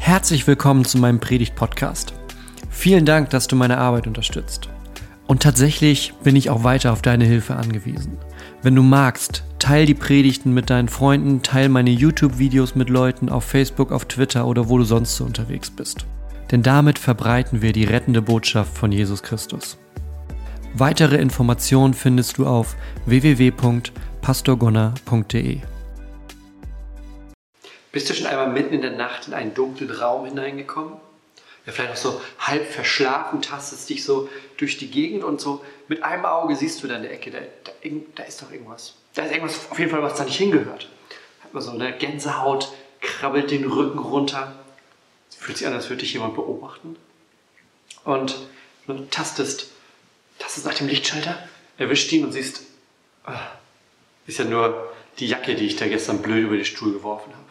Herzlich willkommen zu meinem Predigt-Podcast. Vielen Dank, dass du meine Arbeit unterstützt. Und tatsächlich bin ich auch weiter auf deine Hilfe angewiesen. Wenn du magst, teil die Predigten mit deinen Freunden, teil meine YouTube-Videos mit Leuten auf Facebook, auf Twitter oder wo du sonst so unterwegs bist. Denn damit verbreiten wir die rettende Botschaft von Jesus Christus. Weitere Informationen findest du auf www.pastorgonner.de. Bist du schon einmal mitten in der Nacht in einen dunklen Raum hineingekommen? Ja, vielleicht auch so halb verschlafen, tastest dich so durch die Gegend und so mit einem Auge siehst du da in der Ecke, da ist doch irgendwas. Da ist irgendwas auf jeden Fall, was da nicht hingehört. Hat man so eine Gänsehaut, krabbelt den Rücken runter. Fühlt sich an, als würde dich jemand beobachten. Und du tastest nach dem Lichtschalter, erwischt ihn und siehst, ist ja nur die Jacke, die ich da gestern blöd über den Stuhl geworfen habe.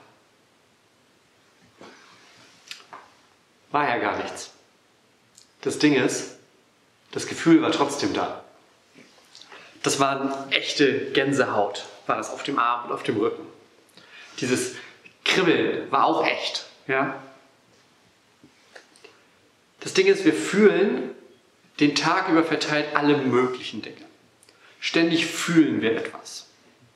War ja gar nichts. Das Ding ist, das Gefühl war trotzdem da. Das war eine echte Gänsehaut, war das auf dem Arm und auf dem Rücken. Dieses Kribbeln war auch echt. Ja? Das Ding ist, wir fühlen den Tag über verteilt alle möglichen Dinge. Ständig fühlen wir etwas.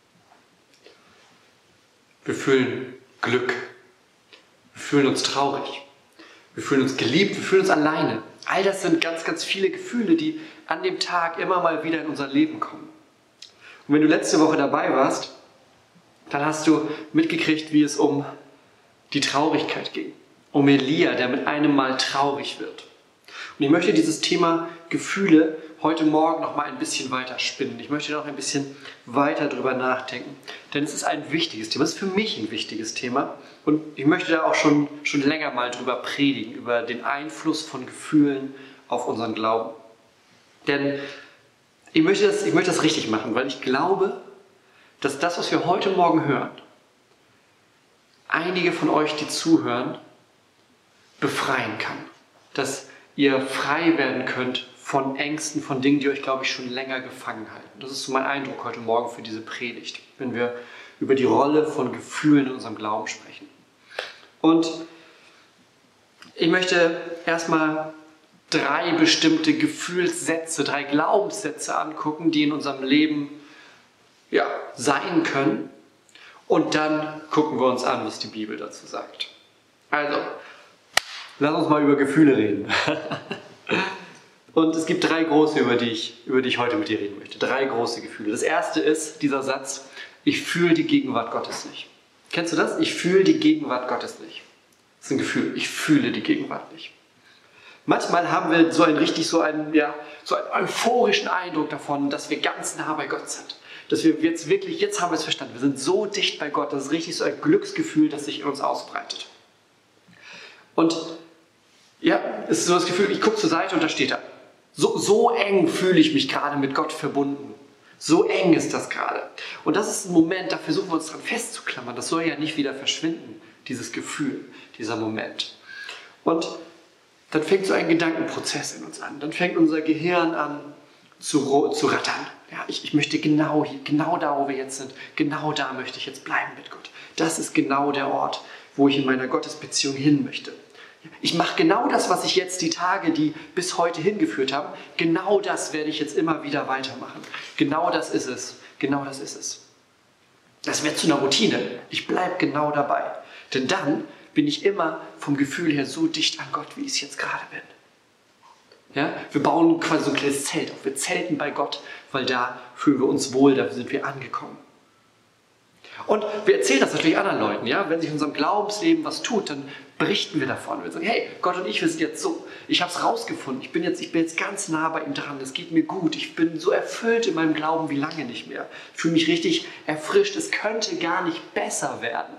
Wir fühlen Glück. Wir fühlen uns traurig. Wir fühlen uns geliebt, wir fühlen uns alleine. All das sind ganz, ganz viele Gefühle, die an dem Tag immer mal wieder in unser Leben kommen. Und wenn du letzte Woche dabei warst, dann hast du mitgekriegt, wie es um die Traurigkeit ging. Um Elia, der mit einem Mal traurig wird. Und ich möchte dieses Thema Gefühle heute Morgen noch mal ein bisschen weiter spinnen. Ich möchte noch ein bisschen weiter drüber nachdenken. Denn es ist ein wichtiges Thema. Es ist für mich ein wichtiges Thema. Und ich möchte da auch schon länger mal drüber predigen, über den Einfluss von Gefühlen auf unseren Glauben. Denn ich möchte das richtig machen, weil ich glaube, dass das, was wir heute Morgen hören, einige von euch, die zuhören, befreien kann. Dass ihr frei werden könnt von Ängsten, von Dingen, die euch, glaube ich, schon länger gefangen halten. Das ist so mein Eindruck heute Morgen für diese Predigt, wenn wir über die Rolle von Gefühlen in unserem Glauben sprechen. Und ich möchte erstmal 3 bestimmte Gefühlssätze, 3 Glaubenssätze angucken, die in unserem Leben sein können. Und dann gucken wir uns an, was die Bibel dazu sagt. Also, lass uns mal über Gefühle reden. Und es gibt 3 große, über die ich heute mit dir reden möchte. 3 große Gefühle. Das erste ist dieser Satz, ich fühle die Gegenwart Gottes nicht. Kennst du das? Ich fühle die Gegenwart Gottes nicht. Das ist ein Gefühl, ich fühle die Gegenwart nicht. Manchmal haben wir so einen euphorischen Eindruck davon, dass wir ganz nah bei Gott sind. Dass wir jetzt haben wir es verstanden, wir sind so dicht bei Gott, das ist richtig so ein Glücksgefühl, das sich in uns ausbreitet. Und es ist so das Gefühl, ich gucke zur Seite und da steht er. So eng fühle ich mich gerade mit Gott verbunden. So eng ist das gerade. Und das ist ein Moment, da versuchen wir uns dran festzuklammern. Das soll ja nicht wieder verschwinden, dieses Gefühl, dieser Moment. Und dann fängt so ein Gedankenprozess in uns an. Dann fängt unser Gehirn an zu rattern. Ja, ich möchte genau da, wo wir jetzt sind, genau da möchte ich jetzt bleiben mit Gott. Das ist genau der Ort, wo ich in meiner Gottesbeziehung hin möchte. Ich mache genau das, was ich jetzt die Tage, die bis heute hingeführt haben, genau das werde ich jetzt immer wieder weitermachen. Genau das ist es. Genau das ist es. Das wird zu einer Routine. Ich bleibe genau dabei. Denn dann bin ich immer vom Gefühl her so dicht an Gott, wie ich es jetzt gerade bin. Ja? Wir bauen quasi so ein kleines Zelt auf. Wir zelten bei Gott, weil da fühlen wir uns wohl, da sind wir angekommen. Und wir erzählen das natürlich anderen Leuten. Ja? Wenn sich in unserem Glaubensleben was tut, dann berichten wir davon. Wir sagen, hey, Gott und ich, wir sind jetzt so. Ich habe es rausgefunden. Ich bin jetzt ganz nah bei ihm dran. Es geht mir gut. Ich bin so erfüllt in meinem Glauben wie lange nicht mehr. Ich fühle mich richtig erfrischt. Es könnte gar nicht besser werden.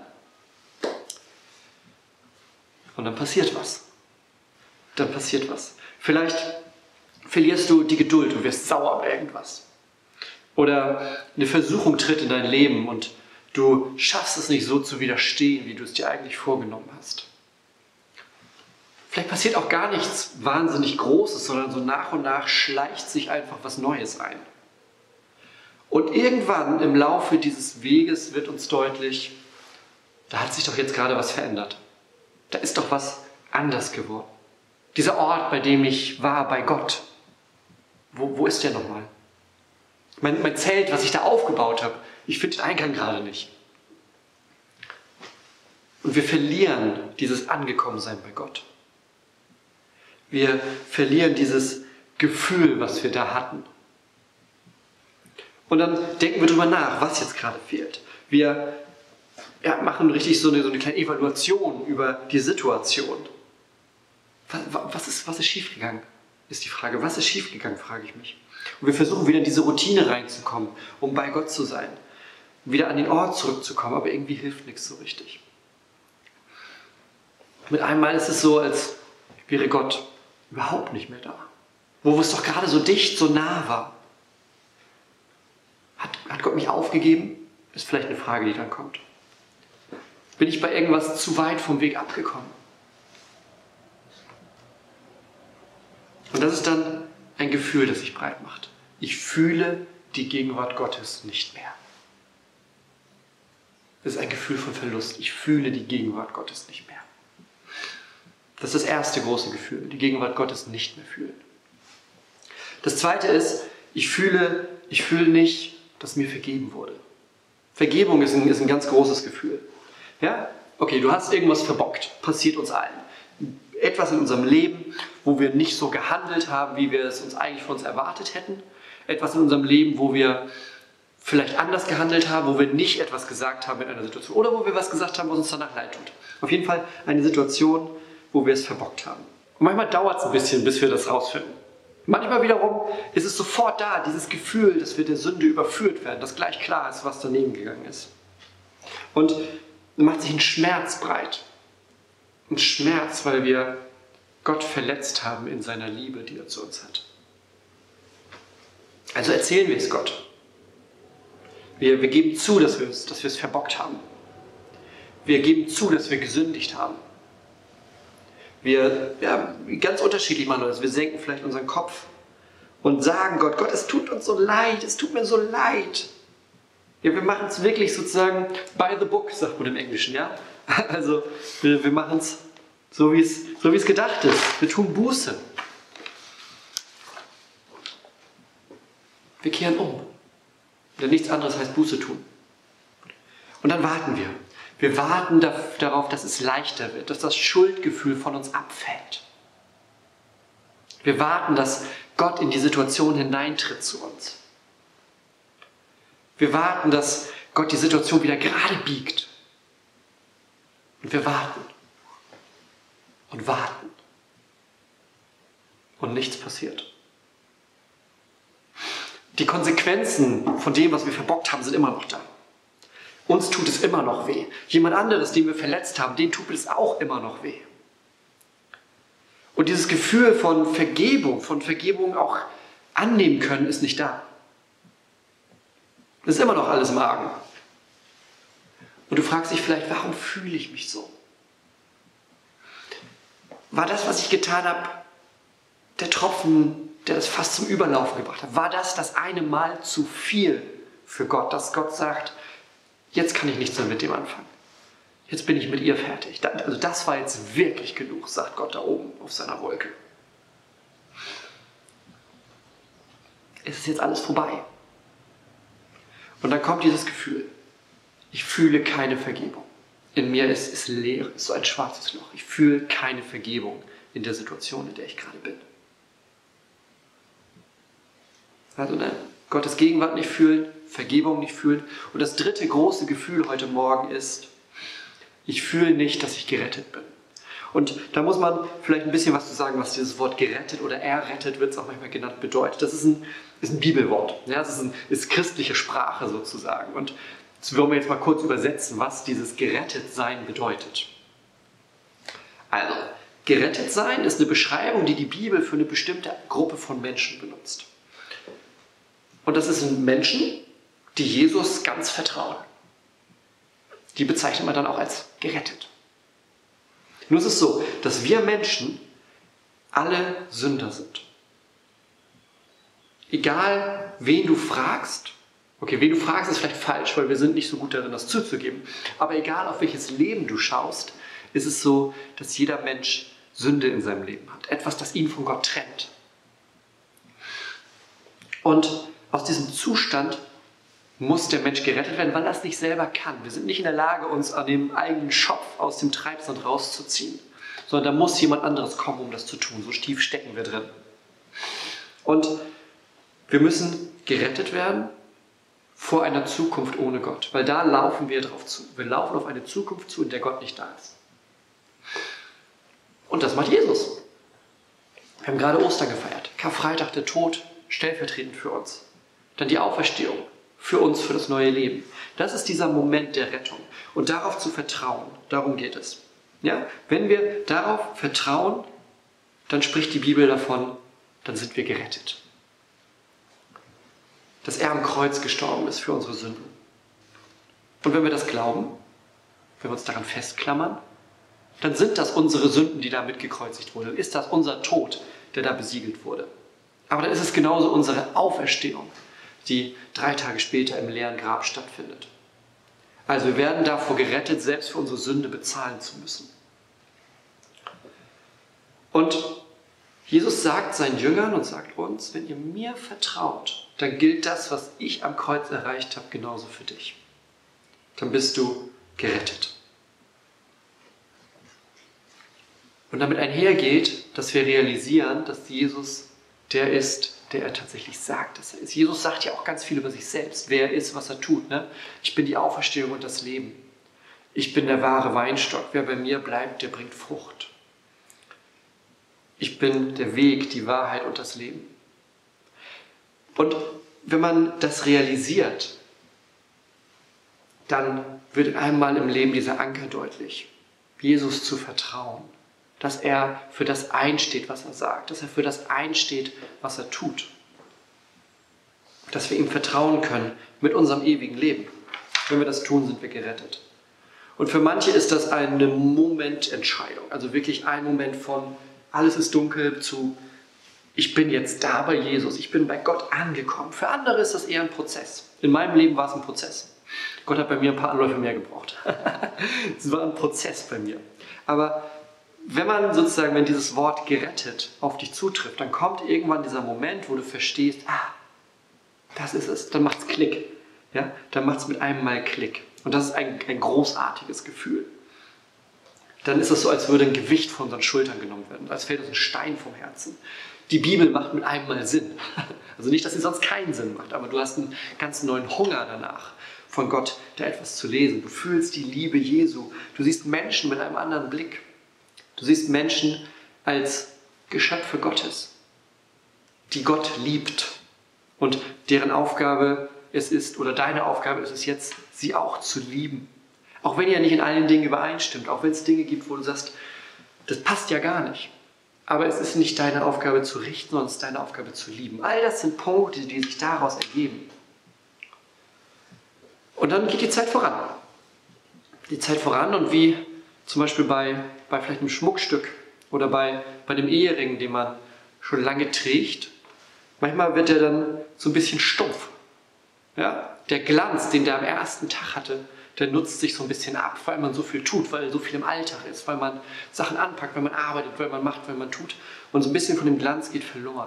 Und dann passiert was. Vielleicht verlierst du die Geduld und wirst sauer auf irgendwas. Oder eine Versuchung tritt in dein Leben und du schaffst es nicht so zu widerstehen, wie du es dir eigentlich vorgenommen hast. Vielleicht passiert auch gar nichts wahnsinnig Großes, sondern so nach und nach schleicht sich einfach was Neues ein. Und irgendwann im Laufe dieses Weges wird uns deutlich, da hat sich doch jetzt gerade was verändert. da ist doch was anders geworden. Dieser Ort, bei dem ich war, bei Gott, wo ist der nochmal? Mein Zelt, was ich da aufgebaut habe, ich finde den Eingang gerade nicht. Und wir verlieren dieses Angekommensein bei Gott. Wir verlieren dieses Gefühl, was wir da hatten. Und dann denken wir drüber nach, was jetzt gerade fehlt. Wir machen richtig so eine kleine Evaluation über die Situation. Was ist schiefgegangen, ist die Frage. Was ist schiefgegangen, frage ich mich. Und wir versuchen wieder in diese Routine reinzukommen, um bei Gott zu sein. Wieder an den Ort zurückzukommen, aber irgendwie hilft nichts so richtig. Mit einmal ist es so, als wäre Gott überhaupt nicht mehr da. Wo es doch gerade so dicht, so nah war. Hat Gott mich aufgegeben? Ist vielleicht eine Frage, die dann kommt. Bin ich bei irgendwas zu weit vom Weg abgekommen? Und das ist dann ein Gefühl, das sich breit macht. Ich fühle die Gegenwart Gottes nicht mehr. Das ist ein Gefühl von Verlust. Ich fühle die Gegenwart Gottes nicht mehr. Das ist das erste große Gefühl, die Gegenwart Gottes nicht mehr fühlen. Das zweite ist, ich fühle nicht, dass mir vergeben wurde. Vergebung ist ein ganz großes Gefühl. Ja? Okay, du hast irgendwas verbockt, passiert uns allen. Etwas in unserem Leben, wo wir nicht so gehandelt haben, wie wir es uns eigentlich von uns erwartet hätten. Etwas in unserem Leben, wo wir vielleicht anders gehandelt haben, wo wir nicht etwas gesagt haben in einer Situation oder wo wir was gesagt haben, was uns danach leid tut. Auf jeden Fall eine Situation, wo wir es verbockt haben. Und manchmal dauert es ein bisschen, bis wir das rausfinden. Manchmal wiederum ist es sofort da, dieses Gefühl, dass wir der Sünde überführt werden, dass gleich klar ist, was daneben gegangen ist. Und dann macht sich ein Schmerz breit. Ein Schmerz, weil wir Gott verletzt haben in seiner Liebe, die er zu uns hat. Also erzählen wir es Gott. Wir geben zu, dass wir es verbockt haben. Wir geben zu, dass wir gesündigt haben. Wir ganz unterschiedlich machen das. Wir senken vielleicht unseren Kopf und sagen Gott, es tut uns so leid, es tut mir so leid. Ja, wir machen es wirklich sozusagen by the book, sagt man im Englischen, ja? Also wir machen es so, wie es gedacht ist. Wir tun Buße. Wir kehren um. Denn nichts anderes heißt Buße tun. Und dann warten wir. Wir warten darauf, dass es leichter wird, dass das Schuldgefühl von uns abfällt. Wir warten, dass Gott in die Situation hineintritt zu uns. Wir warten, dass Gott die Situation wieder gerade biegt. Und wir warten. Und warten. Und nichts passiert. Die Konsequenzen von dem, was wir verbockt haben, sind immer noch da. Uns tut es immer noch weh. Jemand anderes, den wir verletzt haben, den tut es auch immer noch weh. Und dieses Gefühl von Vergebung auch annehmen können, ist nicht da. Es ist immer noch alles im Argen. Und du fragst dich vielleicht, warum fühle ich mich so? War das, was ich getan habe, der Tropfen, der das fast zum Überlaufen gebracht hat? War das eine Mal zu viel für Gott, dass Gott sagt, jetzt kann ich nichts mehr mit dem anfangen. Jetzt bin ich mit ihr fertig. Also das war jetzt wirklich genug, sagt Gott da oben auf seiner Wolke. Es ist jetzt alles vorbei. Und dann kommt dieses Gefühl. Ich fühle keine Vergebung. In mir ist Leere, ist so ein schwarzes Loch. Ich fühle keine Vergebung in der Situation, in der ich gerade bin. Also Gottes Gegenwart nicht fühlen, Vergebung nicht fühlen. Und das dritte große Gefühl heute Morgen ist, ich fühle nicht, dass ich gerettet bin. Und da muss man vielleicht ein bisschen was zu sagen, was dieses Wort gerettet oder errettet, wird es auch manchmal genannt, bedeutet. Das ist ein Bibelwort. Ja, das ist christliche Sprache sozusagen. Und das wollen wir jetzt mal kurz übersetzen, was dieses Gerettetsein bedeutet. Also, gerettet sein ist eine Beschreibung, die die Bibel für eine bestimmte Gruppe von Menschen benutzt. Und das sind Menschen, die Jesus ganz vertrauen. Die bezeichnet man dann auch als gerettet. Nur ist es so, dass wir Menschen alle Sünder sind. Egal, wen du fragst, okay, wen du fragst ist vielleicht falsch, weil wir sind nicht so gut darin, das zuzugeben, aber egal, auf welches Leben du schaust, ist es so, dass jeder Mensch Sünde in seinem Leben hat. Etwas, das ihn von Gott trennt. Und aus diesem Zustand muss der Mensch gerettet werden, weil er es nicht selber kann. Wir sind nicht in der Lage, uns an dem eigenen Schopf aus dem Treibsand rauszuziehen, sondern da muss jemand anderes kommen, um das zu tun. So tief stecken wir drin. Und wir müssen gerettet werden vor einer Zukunft ohne Gott, weil da laufen wir drauf zu. Wir laufen auf eine Zukunft zu, in der Gott nicht da ist. Und das macht Jesus. Wir haben gerade Ostern gefeiert. Karfreitag, der Tod, stellvertretend für uns. Dann die Auferstehung für uns, für das neue Leben. Das ist dieser Moment der Rettung. Und darauf zu vertrauen, darum geht es. Ja? Wenn wir darauf vertrauen, dann spricht die Bibel davon, dann sind wir gerettet. Dass er am Kreuz gestorben ist für unsere Sünden. Und wenn wir das glauben, wenn wir uns daran festklammern, dann sind das unsere Sünden, die da mitgekreuzigt wurden. Dann ist das unser Tod, der da besiegelt wurde. Aber dann ist es genauso unsere Auferstehung, die 3 Tage später im leeren Grab stattfindet. Also wir werden davor gerettet, selbst für unsere Sünde bezahlen zu müssen. Und Jesus sagt seinen Jüngern und sagt uns, wenn ihr mir vertraut, dann gilt das, was ich am Kreuz erreicht habe, genauso für dich. Dann bist du gerettet. Und damit einhergeht, dass wir realisieren, dass Jesus der ist, der er tatsächlich sagt, dass er ist. Jesus sagt ja auch ganz viel über sich selbst, wer er ist, was er tut. Ne? Ich bin die Auferstehung und das Leben. Ich bin der wahre Weinstock. Wer bei mir bleibt, der bringt Frucht. Ich bin der Weg, die Wahrheit und das Leben. Und wenn man das realisiert, dann wird einmal im Leben dieser Anker deutlich, Jesus zu vertrauen. Dass er für das einsteht, was er sagt. Dass er für das einsteht, was er tut. Dass wir ihm vertrauen können mit unserem ewigen Leben. Wenn wir das tun, sind wir gerettet. Und für manche ist das eine Momententscheidung. Also wirklich ein Moment von alles ist dunkel zu ich bin jetzt da bei Jesus. Ich bin bei Gott angekommen. Für andere ist das eher ein Prozess. In meinem Leben war es ein Prozess. Gott hat bei mir ein paar Anläufe mehr gebraucht. Es war ein Prozess bei mir. Aber wenn dieses Wort gerettet auf dich zutrifft, dann kommt irgendwann dieser Moment, wo du verstehst, das ist es, dann macht es Klick. Ja? Dann macht es mit einem Mal Klick. Und das ist ein großartiges Gefühl. Dann ist es so, als würde ein Gewicht von unseren Schultern genommen werden, als fällt uns ein Stein vom Herzen. Die Bibel macht mit einem Mal Sinn. Also nicht, dass sie sonst keinen Sinn macht, aber du hast einen ganz neuen Hunger danach, von Gott da etwas zu lesen. Du fühlst die Liebe Jesu. Du siehst Menschen mit einem anderen Blick. Du siehst Menschen als Geschöpfe Gottes, die Gott liebt und deren Aufgabe es ist, oder deine Aufgabe ist es jetzt, sie auch zu lieben. Auch wenn ihr nicht in allen Dingen übereinstimmt, auch wenn es Dinge gibt, wo du sagst, das passt ja gar nicht. Aber es ist nicht deine Aufgabe zu richten, sondern es ist deine Aufgabe zu lieben. All das sind Punkte, die sich daraus ergeben. Und dann geht die Zeit voran. Die Zeit voran und wie zum Beispiel bei vielleicht einem Schmuckstück oder bei dem Ehering, den man schon lange trägt, manchmal wird der dann so ein bisschen stumpf. Ja? Der Glanz, den der am ersten Tag hatte, der nutzt sich so ein bisschen ab, weil man so viel tut, weil so viel im Alltag ist, weil man Sachen anpackt, weil man arbeitet, weil man macht, weil man tut. Und so ein bisschen von dem Glanz geht verloren.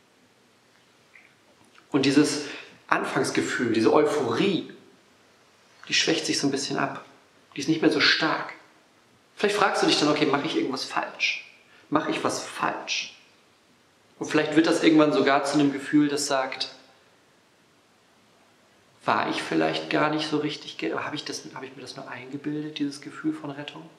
Und dieses Anfangsgefühl, diese Euphorie, die schwächt sich so ein bisschen ab. Die ist nicht mehr so stark. Vielleicht fragst du dich dann, okay, mache ich irgendwas falsch? Mache ich was falsch? Und vielleicht wird das irgendwann sogar zu einem Gefühl, das sagt, war ich vielleicht gar nicht so richtig, habe ich mir das nur eingebildet, dieses Gefühl von Rettung?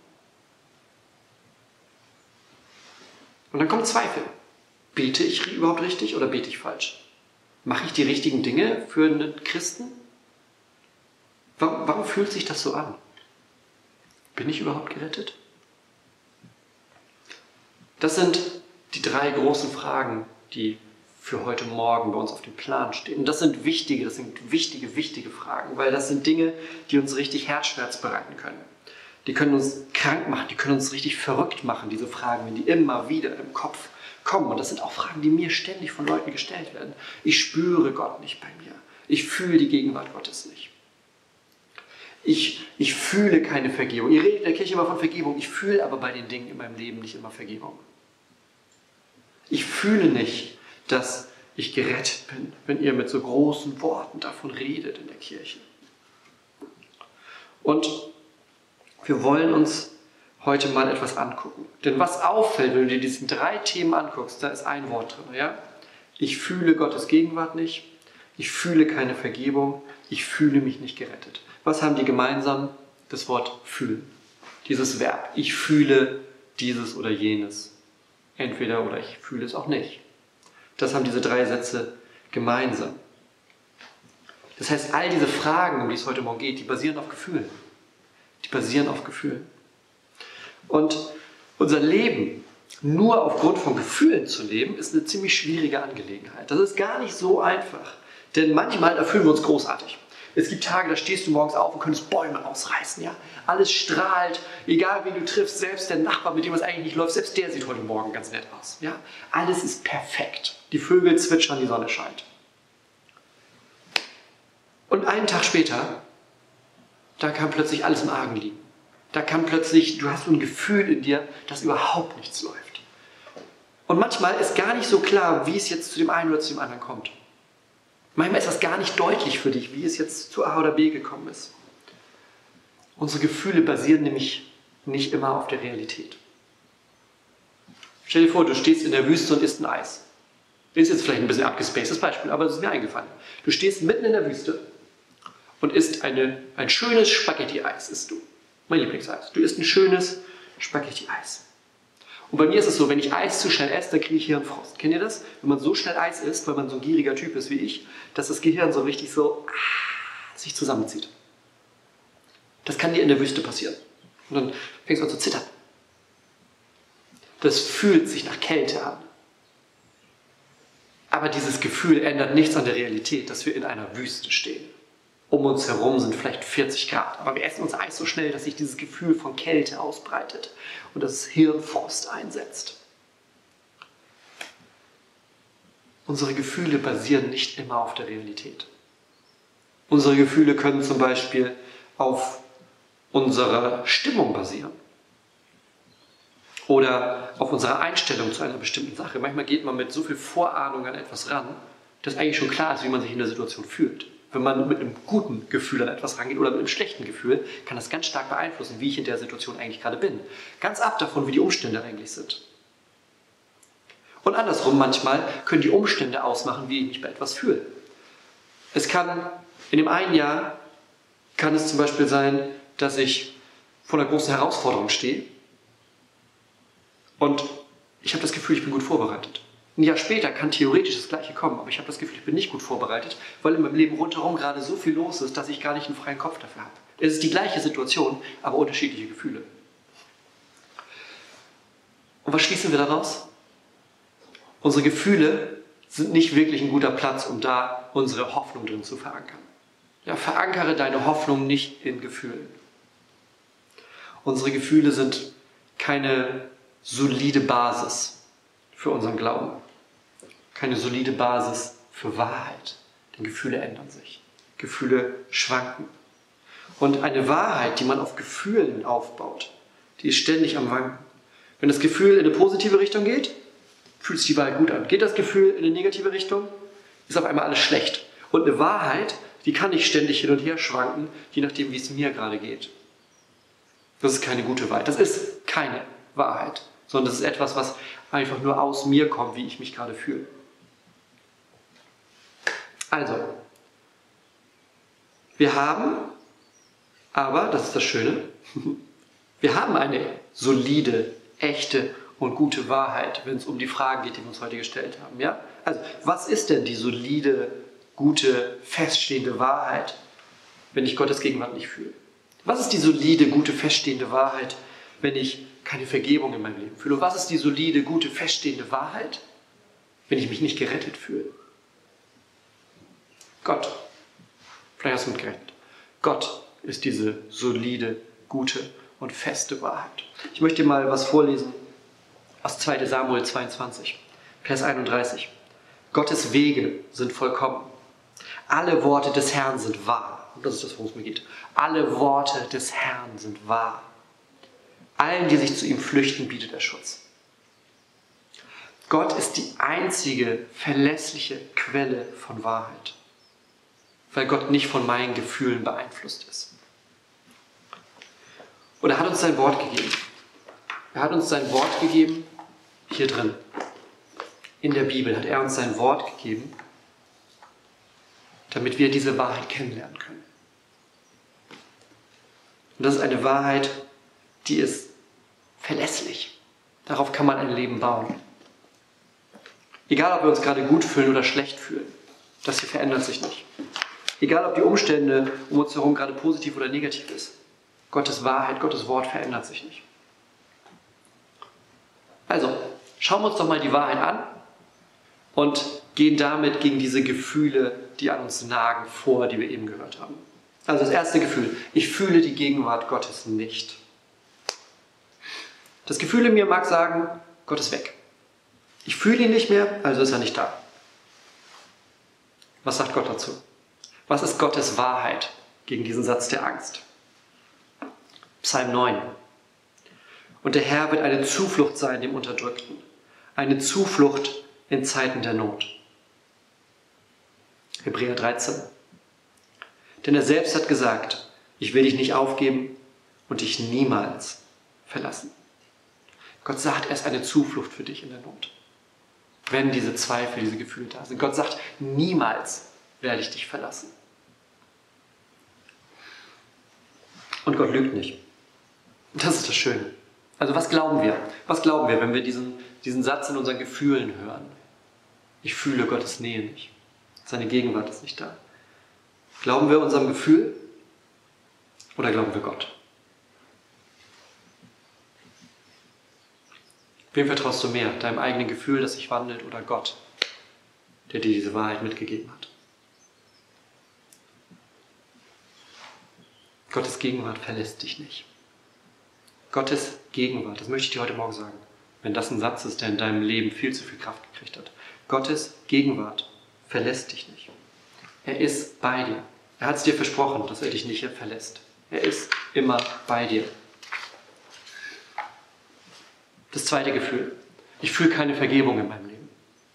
Und dann kommt Zweifel. Bete ich überhaupt richtig oder bete ich falsch? Mache ich die richtigen Dinge für einen Christen? Warum fühlt sich das so an? Bin ich überhaupt gerettet? Das sind die 3 großen Fragen, die für heute Morgen bei uns auf dem Plan stehen. Und das sind wichtige Fragen, weil das sind Dinge, die uns richtig Herzschmerz bereiten können. Die können uns krank machen, die können uns richtig verrückt machen, diese Fragen, wenn die immer wieder im Kopf kommen. Und das sind auch Fragen, die mir ständig von Leuten gestellt werden. Ich spüre Gott nicht bei mir. Ich fühle die Gegenwart Gottes nicht. Ich fühle keine Vergebung. Ihr redet in der Kirche immer von Vergebung. Ich fühle aber bei den Dingen in meinem Leben nicht immer Vergebung. Ich fühle nicht, dass ich gerettet bin, wenn ihr mit so großen Worten davon redet in der Kirche. Und wir wollen uns heute mal etwas angucken. Denn was auffällt, wenn du dir diese 3 Themen anguckst, da ist ein Wort drin. Ja? Ich fühle Gottes Gegenwart nicht, ich fühle keine Vergebung, ich fühle mich nicht gerettet. Was haben die gemeinsam? Das Wort fühlen. Dieses Verb. Ich fühle dieses oder jenes. Entweder oder ich fühle es auch nicht. Das haben diese 3 Sätze gemeinsam. Das heißt, all diese Fragen, um die es heute Morgen geht, die basieren auf Gefühlen. Die basieren auf Gefühlen. Und unser Leben nur aufgrund von Gefühlen zu leben, ist eine ziemlich schwierige Angelegenheit. Das ist gar nicht so einfach. Denn manchmal erfüllen wir uns großartig. Es gibt Tage, da stehst du morgens auf und könntest Bäume ausreißen. Ja? Alles strahlt, egal wen du triffst, selbst der Nachbar, mit dem es eigentlich nicht läuft, selbst der sieht heute Morgen ganz nett aus. Ja? Alles ist perfekt. Die Vögel zwitschern, die Sonne scheint. Und einen Tag später, da kann plötzlich alles im Argen liegen. Da kann plötzlich, du hast so ein Gefühl in dir, dass überhaupt nichts läuft. Und manchmal ist gar nicht so klar, wie es jetzt zu dem einen oder zu dem anderen kommt. Manchmal ist das gar nicht deutlich für dich, wie es jetzt zu A oder B gekommen ist. Unsere Gefühle basieren nämlich nicht immer auf der Realität. Stell dir vor, du stehst in der Wüste und isst ein Eis. Das ist jetzt vielleicht ein bisschen abgespacedes Beispiel, aber das ist mir eingefallen. Du stehst mitten in der Wüste und isst ein schönes Spaghetti-Eis, isst du. Mein Lieblingseis. Du isst ein schönes Spaghetti-Eis. Und bei mir ist es so, wenn ich Eis zu schnell esse, dann kriege ich Hirnfrost. Kennt ihr das? Wenn man so schnell Eis isst, weil man so ein gieriger Typ ist wie ich, dass das Gehirn so richtig so sich zusammenzieht. Das kann dir in der Wüste passieren. Und dann fängst du an zu zittern. Das fühlt sich nach Kälte an. Aber dieses Gefühl ändert nichts an der Realität, dass wir in einer Wüste stehen. Um uns herum sind vielleicht 40 Grad. Aber wir essen uns Eis so schnell, dass sich dieses Gefühl von Kälte ausbreitet und das Hirnfrost einsetzt. Unsere Gefühle basieren nicht immer auf der Realität. Unsere Gefühle können zum Beispiel auf unserer Stimmung basieren. Oder auf unserer Einstellung zu einer bestimmten Sache. Manchmal geht man mit so viel Vorahnung an etwas ran, dass eigentlich schon klar ist, wie man sich in der Situation fühlt. Wenn man mit einem guten Gefühl an etwas rangeht oder mit einem schlechten Gefühl, kann das ganz stark beeinflussen, wie ich in der Situation eigentlich gerade bin. Ganz ab davon, wie die Umstände eigentlich sind. Und andersrum, manchmal können die Umstände ausmachen, wie ich mich bei etwas fühle. Es kann, in dem einen Jahr, kann es zum Beispiel sein, dass ich vor einer großen Herausforderung stehe und ich habe das Gefühl, ich bin gut vorbereitet. Ein Jahr später kann theoretisch das Gleiche kommen, aber ich habe das Gefühl, ich bin nicht gut vorbereitet, weil in meinem Leben rundherum gerade so viel los ist, dass ich gar nicht einen freien Kopf dafür habe. Es ist die gleiche Situation, aber unterschiedliche Gefühle. Und was schließen wir daraus? Unsere Gefühle sind nicht wirklich ein guter Platz, um da unsere Hoffnung drin zu verankern. Ja, verankere deine Hoffnung nicht in Gefühlen. Unsere Gefühle sind keine solide Basis für unseren Glauben. Keine solide Basis für Wahrheit. Denn Gefühle ändern sich. Gefühle schwanken. Und eine Wahrheit, die man auf Gefühlen aufbaut, die ist ständig am Wanken. Wenn das Gefühl in eine positive Richtung geht, fühlt sich die Wahrheit gut an. Geht das Gefühl in eine negative Richtung, ist auf einmal alles schlecht. Und eine Wahrheit, die kann nicht ständig hin und her schwanken, je nachdem, wie es mir gerade geht. Das ist keine gute Wahrheit. Das ist keine Wahrheit, sondern das ist etwas, was einfach nur aus mir kommt, wie ich mich gerade fühle. Also, wir haben, aber, das ist das Schöne, wir haben eine solide, echte und gute Wahrheit, wenn es um die Fragen geht, die wir uns heute gestellt haben. Ja? Also, was ist denn die solide, gute, feststehende Wahrheit, wenn ich Gottes Gegenwart nicht fühle? Was ist die solide, gute, feststehende Wahrheit, wenn ich keine Vergebung in meinem Leben fühle? Und was ist die solide, gute, feststehende Wahrheit, wenn ich mich nicht gerettet fühle? Gott. Vielleicht hast du mitgerechnet. Gott ist diese solide, gute und feste Wahrheit. Ich möchte dir mal was vorlesen aus 2. Samuel 22, Vers 31. Gottes Wege sind vollkommen. Alle Worte des Herrn sind wahr. Und das ist das, worum es mir geht. Alle Worte des Herrn sind wahr. Allen, die sich zu ihm flüchten, bietet er Schutz. Gott ist die einzige verlässliche Quelle von Wahrheit, weil Gott nicht von meinen Gefühlen beeinflusst ist. Und er hat uns sein Wort gegeben. Er hat uns sein Wort gegeben, hier drin. In der Bibel hat er uns sein Wort gegeben, damit wir diese Wahrheit kennenlernen können. Und das ist eine Wahrheit, die ist verlässlich. Darauf kann man ein Leben bauen. Egal, ob wir uns gerade gut fühlen oder schlecht fühlen, das hier verändert sich nicht. Egal, ob die Umstände um uns herum gerade positiv oder negativ ist, Gottes Wahrheit, Gottes Wort verändert sich nicht. Also, schauen wir uns doch mal die Wahrheit an und gehen damit gegen diese Gefühle, die an uns nagen, vor, die wir eben gehört haben. Also das erste Gefühl, ich fühle die Gegenwart Gottes nicht. Das Gefühl in mir mag sagen, Gott ist weg. Ich fühle ihn nicht mehr, also ist er nicht da. Was sagt Gott dazu? Was ist Gottes Wahrheit gegen diesen Satz der Angst? Psalm 9. Und der Herr wird eine Zuflucht sein dem Unterdrückten, eine Zuflucht in Zeiten der Not. Hebräer 13. Denn er selbst hat gesagt, ich will dich nicht aufgeben und dich niemals verlassen. Gott sagt, er ist eine Zuflucht für dich in der Not. Wenn diese Zweifel, diese Gefühle da sind. Gott sagt, niemals werde ich dich verlassen. Und Gott lügt nicht. Das ist das Schöne. Also was glauben wir? Was glauben wir, wenn wir diesen Satz in unseren Gefühlen hören? Ich fühle Gottes Nähe nicht. Seine Gegenwart ist nicht da. Glauben wir unserem Gefühl oder glauben wir Gott? Wem vertraust du mehr? Deinem eigenen Gefühl, das sich wandelt, oder Gott, der dir diese Wahrheit mitgegeben hat? Gottes Gegenwart verlässt dich nicht. Gottes Gegenwart, das möchte ich dir heute Morgen sagen, wenn das ein Satz ist, der in deinem Leben viel zu viel Kraft gekriegt hat. Gottes Gegenwart verlässt dich nicht. Er ist bei dir. Er hat es dir versprochen, dass er dich nicht verlässt. Er ist immer bei dir. Das zweite Gefühl. Ich fühle keine Vergebung in meinem Leben.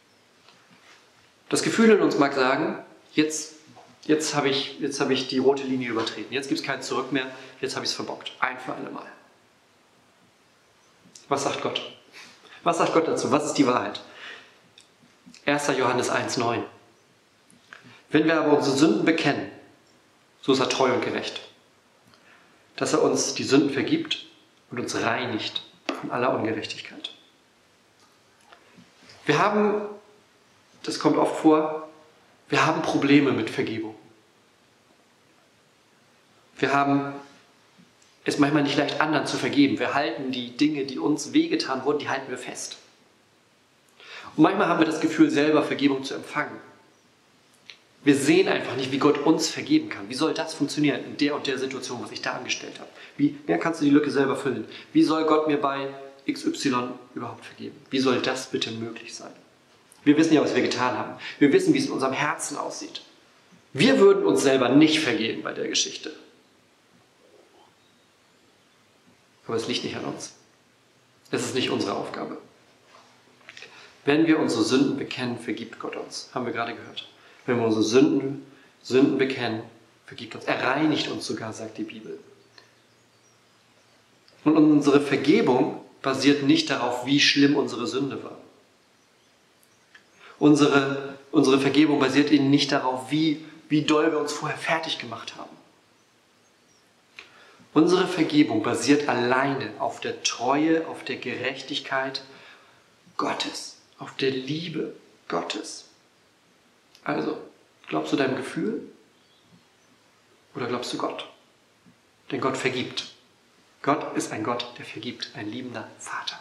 Das Gefühl in uns mag sagen, jetzt habe ich die rote Linie übertreten. Jetzt gibt es kein Zurück mehr. Jetzt habe ich es verbockt. Ein für alle Mal. Was sagt Gott? Was sagt Gott dazu? Was ist die Wahrheit? 1. Johannes 1,9. Wenn wir aber unsere Sünden bekennen, so ist er treu und gerecht, dass er uns die Sünden vergibt und uns reinigt von aller Ungerechtigkeit. Wir haben, das kommt oft vor, wir haben Probleme mit Vergebung. Wir haben es manchmal nicht leicht, anderen zu vergeben. Wir halten die Dinge, die uns wehgetan wurden, die halten wir fest. Und manchmal haben wir das Gefühl, selber Vergebung zu empfangen. Wir sehen einfach nicht, wie Gott uns vergeben kann. Wie soll das funktionieren in der und der Situation, was ich da angestellt habe? Wie kannst du die Lücke selber füllen? Wie soll Gott mir bei XY überhaupt vergeben? Wie soll das bitte möglich sein? Wir wissen ja, was wir getan haben. Wir wissen, wie es in unserem Herzen aussieht. Wir würden uns selber nicht vergeben bei der Geschichte. Aber es liegt nicht an uns. Es ist nicht unsere Aufgabe. Wenn wir unsere Sünden bekennen, vergibt Gott uns. Haben wir gerade gehört. Wenn wir unsere Sünden bekennen, vergibt uns. Er reinigt uns sogar, sagt die Bibel. Und unsere Vergebung basiert nicht darauf, wie schlimm unsere Sünde war. Unsere Vergebung basiert eben nicht darauf, wie doll wir uns vorher fertig gemacht haben. Unsere Vergebung basiert alleine auf der Treue, auf der Gerechtigkeit Gottes, auf der Liebe Gottes. Also, glaubst du deinem Gefühl oder glaubst du Gott? Denn Gott vergibt. Gott ist ein Gott, der vergibt, ein liebender Vater.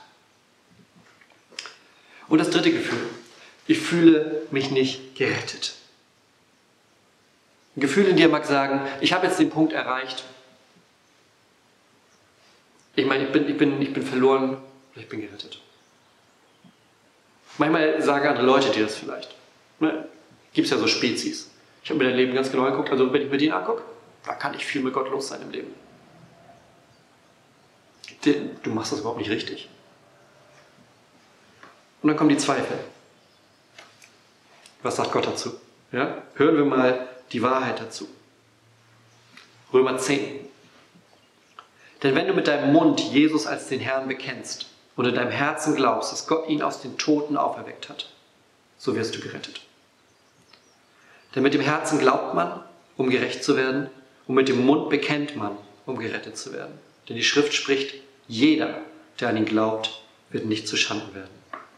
Und das dritte Gefühl. Ich fühle mich nicht gerettet. Ein Gefühl in dir mag sagen, ich habe jetzt den Punkt erreicht. Ich meine, ich bin verloren oder ich bin gerettet. Manchmal sagen andere Leute dir das vielleicht. Gibt es ja so Spezies. Ich habe mir dein Leben ganz genau angeguckt. Also wenn ich mir den angucke, Da kann nicht viel mit Gott los sein im Leben. Du machst das überhaupt nicht richtig. Und dann kommen die Zweifel. Was sagt Gott dazu? Ja? Hören wir mal die Wahrheit dazu. Römer 10. Denn wenn du mit deinem Mund Jesus als den Herrn bekennst und in deinem Herzen glaubst, dass Gott ihn aus den Toten auferweckt hat, so wirst du gerettet. Denn mit dem Herzen glaubt man, um gerecht zu werden, und mit dem Mund bekennt man, um gerettet zu werden. Denn die Schrift spricht, jeder, der an ihn glaubt, wird nicht zuschanden werden.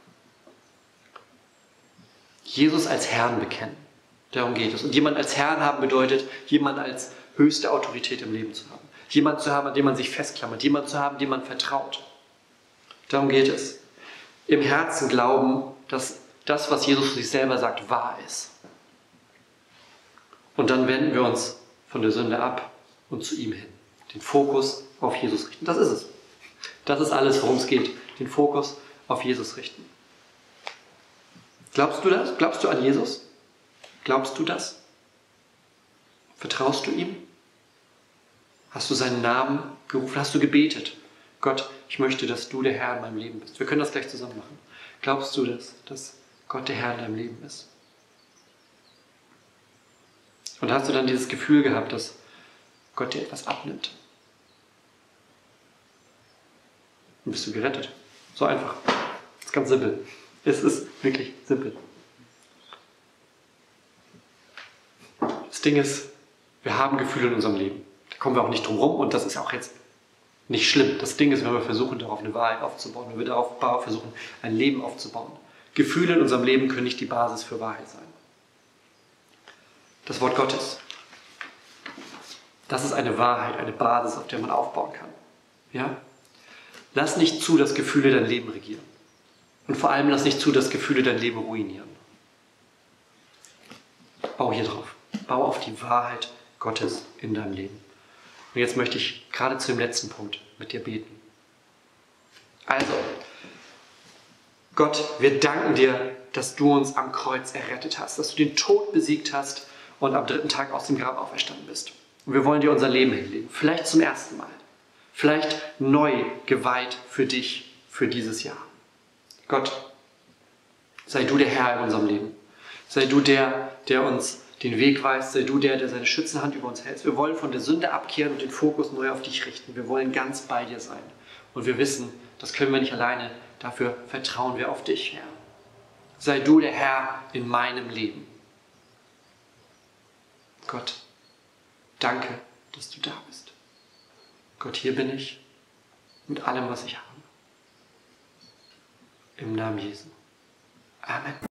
Jesus als Herrn bekennen, darum geht es. Und jemand als Herrn haben bedeutet, jemand als höchste Autorität im Leben zu haben. Jemand zu haben, an dem man sich festklammert. Jemand zu haben, dem man vertraut. Darum geht es. Im Herzen glauben, dass das, was Jesus für sich selber sagt, wahr ist. Und dann wenden wir uns von der Sünde ab und zu ihm hin. Den Fokus auf Jesus richten. Das ist es. Das ist alles, worum es geht. Den Fokus auf Jesus richten. Glaubst du das? Glaubst du an Jesus? Glaubst du das? Vertraust du ihm? Hast du seinen Namen gerufen? Hast du gebetet? Gott, ich möchte, dass du der Herr in meinem Leben bist. Wir können das gleich zusammen machen. Glaubst du das, dass Gott der Herr in deinem Leben ist? Und hast du dann dieses Gefühl gehabt, dass Gott dir etwas abnimmt? Dann bist du gerettet. So einfach. Das ist ganz simpel. Es ist wirklich simpel. Das Ding ist, wir haben Gefühle in unserem Leben. Da kommen wir auch nicht drum rum und das ist auch jetzt nicht schlimm. Das Ding ist, wenn wir versuchen, darauf eine Wahrheit aufzubauen, wenn wir darauf versuchen, ein Leben aufzubauen. Gefühle in unserem Leben können nicht die Basis für Wahrheit sein. Das Wort Gottes, das ist eine Wahrheit, eine Basis, auf der man aufbauen kann. Ja? Lass nicht zu, dass Gefühle dein Leben regieren. Und vor allem lass nicht zu, dass Gefühle dein Leben ruinieren. Bau hier drauf. Bau auf die Wahrheit Gottes in deinem Leben. Und jetzt möchte ich gerade zu dem letzten Punkt mit dir beten. Also, Gott, wir danken dir, dass du uns am Kreuz errettet hast, dass du den Tod besiegt hast und am 3. Tag aus dem Grab auferstanden bist. Und wir wollen dir unser Leben hinlegen. Vielleicht zum ersten Mal. Vielleicht neu geweiht für dich, für dieses Jahr. Gott, sei du der Herr in unserem Leben. Sei du der uns den Weg weist. Sei du der seine Schützenhand über uns hält. Wir wollen von der Sünde abkehren und den Fokus neu auf dich richten. Wir wollen ganz bei dir sein. Und wir wissen, das können wir nicht alleine. Dafür vertrauen wir auf dich, Herr. Sei du der Herr in meinem Leben. Gott, danke, dass du da bist. Gott, hier bin ich mit allem, was ich habe. Im Namen Jesu. Amen.